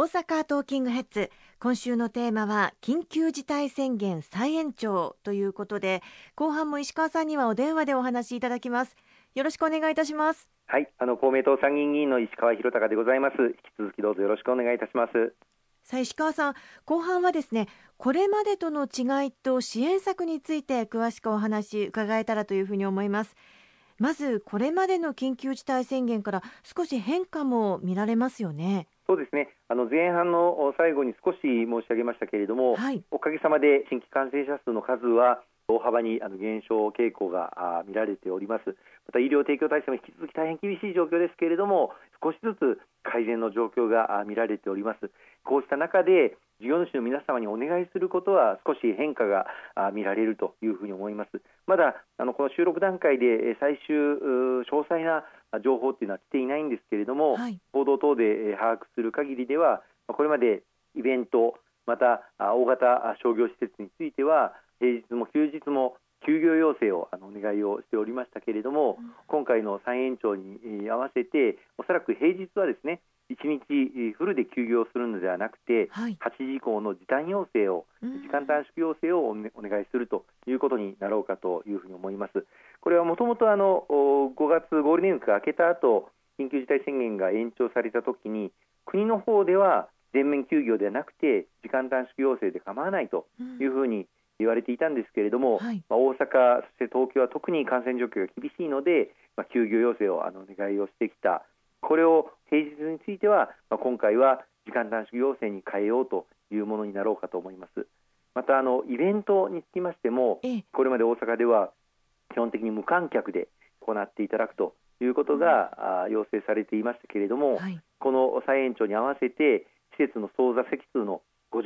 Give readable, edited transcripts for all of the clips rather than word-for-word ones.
大阪トーキングヘッズ、今週のテーマは緊急事態宣言再延長ということで、後半も石川さんにはお電話でお話しいただきます。よろしくお願いいたします。 はい、公明党参議院議員の石川博隆でございます。引き続きどうぞよろしくお願いいたします。 さあ石川さん、後半はですね、これまでとの違いと支援策について詳しくお話伺えたらというふうに思います。まずこれまでの緊急事態宣言から少し変化も見られますよね。 そうですね、前半の最後に少し申し上げましたけれども、 はい、 おかげさまで新規感染者数の数は大幅に減少傾向が見られております。また医療提供体制も引き続き大変厳しい状況ですけれども、少しずつ改善の状況が見られております。こうした中で事業主の皆様にお願いすることは少し変化が見られるというふうに思います。まだこの収録段階で最終詳細な情報というのは来ていないんですけれども、 はい、 報道等で把握する限りでは、これまでイベント、また大型商業施設については平日も休日も休業要請をお願いをしておりましたけれども、今回の再延長に合わせておそらく平日はですね、1日フルで休業するのではなくて、 はい、 8時以降の時短要請を、時間短縮要請をお願いするということになろうかというふうに思います。これはもともと5月ゴールデンウィークが明けた後、緊急事態宣言が延長されたときに国の方では全面休業ではなくて時間短縮要請で構わないというふうに言われていたんですけれども、 はい、 大阪そして東京は特に感染状況が厳しいので、休業要請をお願いをしてきた。これを平日については、今回は時間短縮要請に変えようというものになろうかと思います。またイベントにつきましても、これまで大阪では基本的に無観客で行っていただくということが要請されていましたけれども、 はい、 この再延長に合わせて施設の総座席数の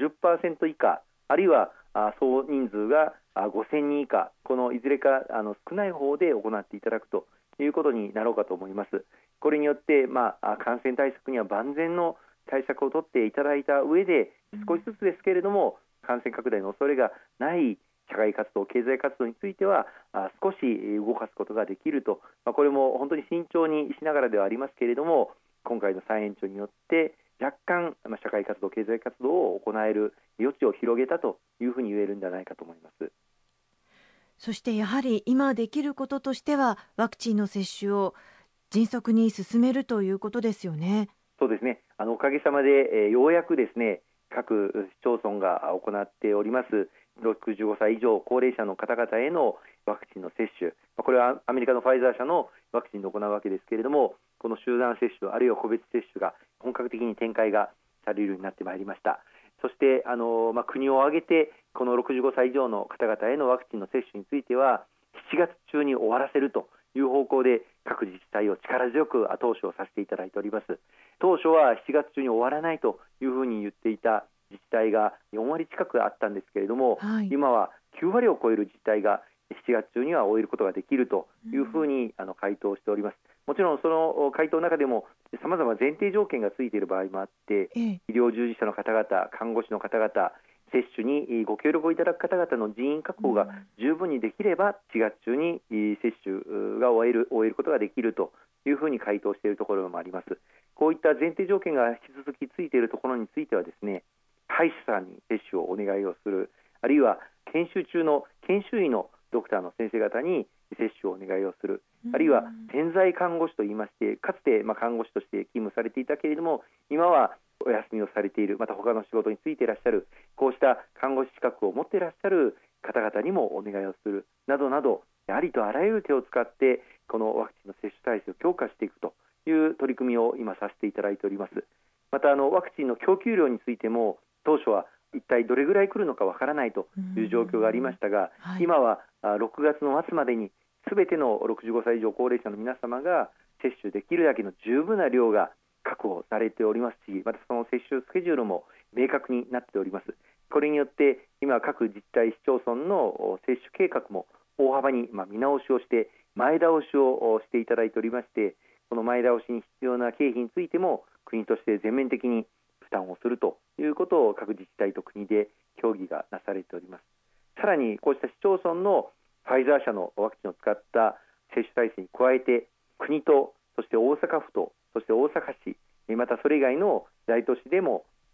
50% 以下、あるいは総人数が5000人以下、このいずれか少ない方で行っていただくということになろうかと思います。これによって、感染対策には万全の対策を取っていただいた上で、少しずつですけれども感染拡大の恐れがない社会活動、経済活動については少し動かすことができると、これも本当に慎重にしながらではありますけれども、今回の再延長によって若干社会活動、経済活動を行える余地を広げたというふうに言えるんじゃないかと思います。 そしてやはり今できることとしてはワクチンの接種を迅速に進めるということですよね。 そうですね、おかげさまで、ようやくですね、各市町村が行っております65歳以上高齢者の方々へのワクチンの接種、これはアメリカのファイザー社のワクチンで行うわけですけれども、この集団接種あるいは個別接種が本格的に展開がされるようになってまいりました。そして国を挙げてこの65歳以上の方々へのワクチンの接種については7月中に終わらせるという方向で各自治体を力強く後押しをさせていただいております。当初は7月中に終わらないというふうに言っていた自治体が4割近くあったんですけれども、 はい、 今は9割を超える自治体が7月中には終えることができるというふうに回答しております。もちろんその回答の中でもさまざま前提条件がついている場合もあって、医療従事者の方々、看護師の方々、接種にご協力をいただく方々の人員確保が十分にできれば4月中に接種が終えることができるというふうに回答しているところもあります。こういった前提条件が引き続きついているところについてはですね、歯医者さんに接種をお願いをする、あるいは研修中の研修医のドクターの先生方に接種をお願いをする、あるいは潜在看護師といいまして、かつて看護師として勤務されていたけれども今はお休みをされている、また他の仕事に就いていらっしゃる、こうした看護師資格を持っていらっしゃる方々にもお願いをするなどなど、ありとあらゆる手を使ってこのワクチンの接種体制を強化していくという取り組みを今させていただいております。またワクチンの供給量についても当初は一体どれぐらい来るのかわからないという状況がありましたが、 はい、 今は6月の末までにすべての65歳以上高齢者の皆様が接種できるだけの十分な量が確保されておりますし、またその接種スケジュールも明確になっております。これによって今各自治体市町村の接種計画も大幅に見直しをして前倒しをしていただいておりまして、この前倒しに必要な経費についても国として全面的に負担をするということを各自治体と国で協議がなされております。さらにこうした市町村のファイザー社のワクチンを使った接種体制に加えて国とそして大阪府とそして大阪市、またそれ以外の大都市でも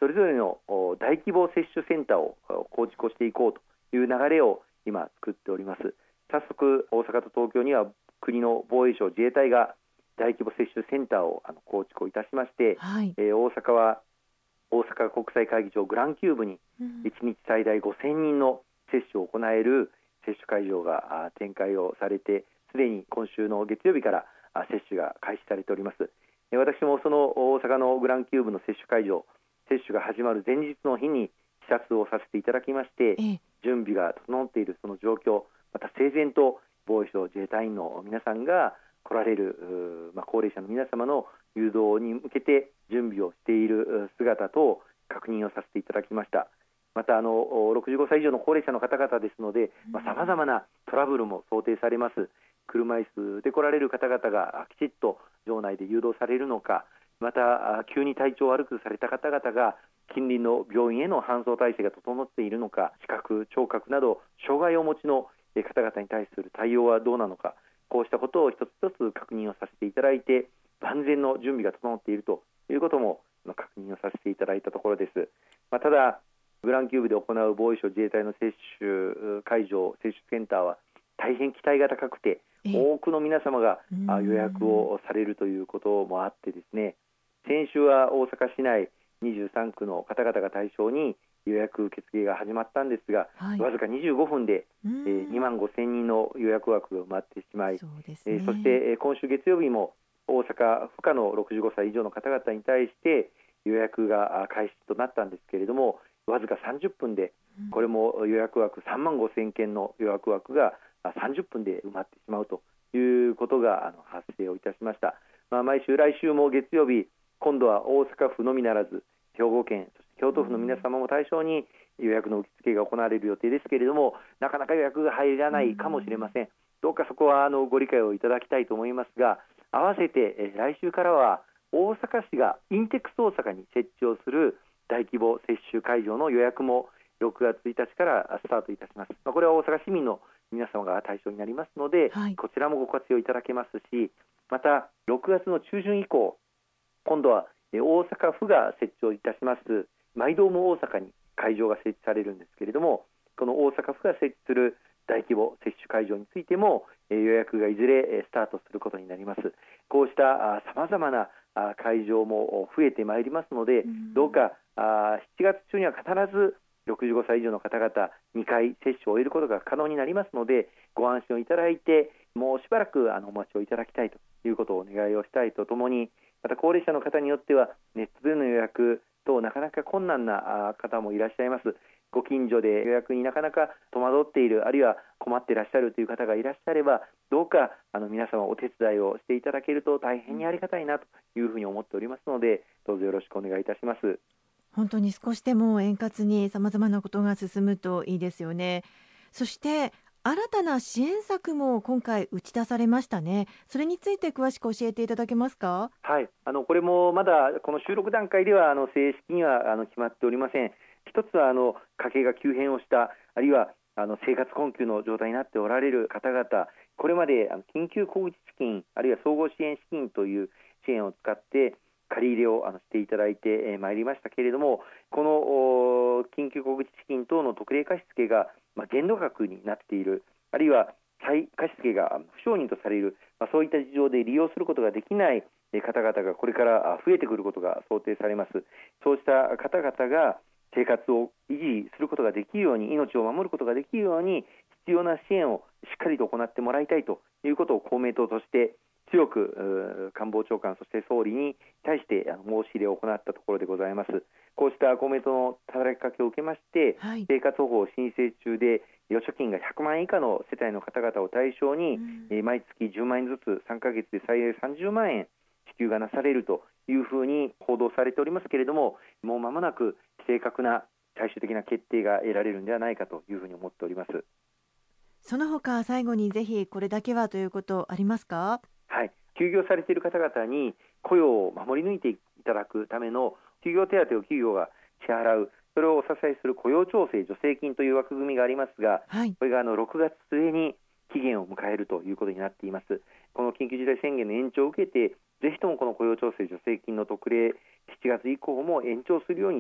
それぞれの大規模接種センターを構築をしていこうという流れを今作っております。早速大阪と東京には国の防衛省自衛隊が大規模接種センターを構築をいたしまして、 はい、 大阪は大阪国際会議場グランキューブに1日最大5000人の接種を行える接種会場が展開をされて、すでに今週の月曜日から接種が開始されております。私もその大阪のグランキューブの接種会場、接種が始まる前日の日に視察をさせていただきまして、準備が整っているその状況、また整然と防衛省自衛隊員の皆さんが来られる、高齢者の皆様の誘導に向けて準備をしている姿と確認をさせていただきました。また65歳以上の高齢者の方々ですので、さまざまなトラブルも想定されます。車椅子で来られる方々がきちっと場内で誘導されるのか、また急に体調を悪くされた方々が近隣の病院への搬送体制が整っているのか、視覚、聴覚など障害をお持ちの方々に対する対応はどうなのか、こうしたことを一つ一つ確認をさせていただいて、万全の準備が整っているということも確認をさせていただいたところです。ただグランキューブで行う防衛省自衛隊の接種会場、接種センターは大変期待が高くて、多くの皆様が予約をされるということもあってですね、先週は大阪市内23区の方々が対象に予約受付が始まったんですが、わずか25分で2万5000人の予約枠が埋まってしまい、そして今週月曜日も大阪府下の65歳以上の方々に対して予約が開始となったんですけれども、わずか30分でこれも予約枠3万5000件の予約枠が30分で埋まってしまうということが発生をいたしました。来週も月曜日、今度は大阪府のみならず兵庫県、そして京都府の皆様も対象に予約の受付が行われる予定ですけれども、なかなか予約が入らないかもしれません。どうかそこはご理解をいただきたいと思いますが、合わせて来週からは大阪市がインテックス大阪に設置をする大規模接種会場の予約も6月1日からスタートいたします。これは大阪市民の皆様が対象になりますので、こちらもご活用いただけますし、また6月の中旬以降、今度は大阪府が設置をいたしますマイドーム大阪に会場が設置されるんですけれども、この大阪府が設置する大規模接種会場についても予約がいずれスタートすることになります。こうしたさまざまな会場も増えてまいりますので、どうか7月中には必ず65歳以上の方々2回接種を終えることが可能になりますので、ご安心をいただいてもうしばらくお待ちをいただきたいということをお願いをしたいとともに、また高齢者の方によってはネットでの予約等なかなか困難な方もいらっしゃいます。ご近所で予約になかなか戸惑っている、あるいは困っていらっしゃるという方がいらっしゃれば、どうか皆様お手伝いをしていただけると大変にありがたいなというふうに思っておりますので、どうぞよろしくお願いいたします。 本当に少しでも円滑にさまざまなことが進むといいですよね。そして新たな支援策も今回打ち出されましたね。それについて詳しく教えていただけますか？ はい、これもまだこの収録段階では正式には決まっておりません。一つは家計が急変をした、あるいは生活困窮の状態になっておられる方々、これまで緊急小口資金、あるいは総合支援資金という支援を使って借り入れをしていただいてまいりましたけれども、この緊急小口資金等の特例貸付が限度額になっている、あるいは再貸付が不承認とされる、そういった事情で利用することができない方々がこれから増えてくることが想定されます。そうした方々が生活を維持することができるように、命を守ることができるように必要な支援をしっかりと行ってもらいたいということを公明党として強く官房長官、そして総理に対して申し入れを行ったところでございます。こうした公明党の働きかけを受けまして、生活保護を申請中で預貯金が100万円以下の世帯の方々を対象に、毎月10万円ずつ3ヶ月で最大30万円支給がなされるというふうに報道されておりますけれども、もう間もなく正確な最終的な決定が得られるのではないかというふうに思っております。 その他最後にぜひこれだけはということありますか？ はい、休業されている方々に雇用を守り抜いていただくための休業手当を企業が支払う、それをお支えする雇用調整助成金という枠組みがありますが、これが6月末に期限を迎えるということになっています。この緊急事態宣言の延長を受けて、ぜひともこの雇用調整助成金の特例7月以降も延長するようにと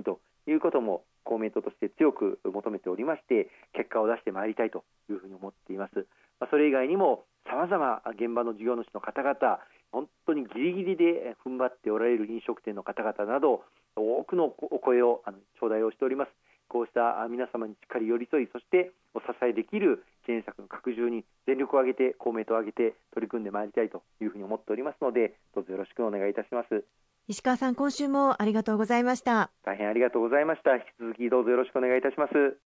いうことも公明党として強く求めておりまして、結果を出してまいりたいというふうに思っています。それ以外にもさまざま現場の事業主の方々、本当にギリギリで踏ん張っておられる飲食店の方々など、多くのお声を頂戴をしております。こうした皆様にしっかり寄り添い、そしてお支えできる支援策の拡充に全力を挙げて、公明党を挙げて取り組んでまいりたいというふうに思っておりますので、どうぞよろしくお願いいたします。 石川さん、今週もありがとうございました。 大変ありがとうございました。引き続きどうぞよろしくお願いいたします。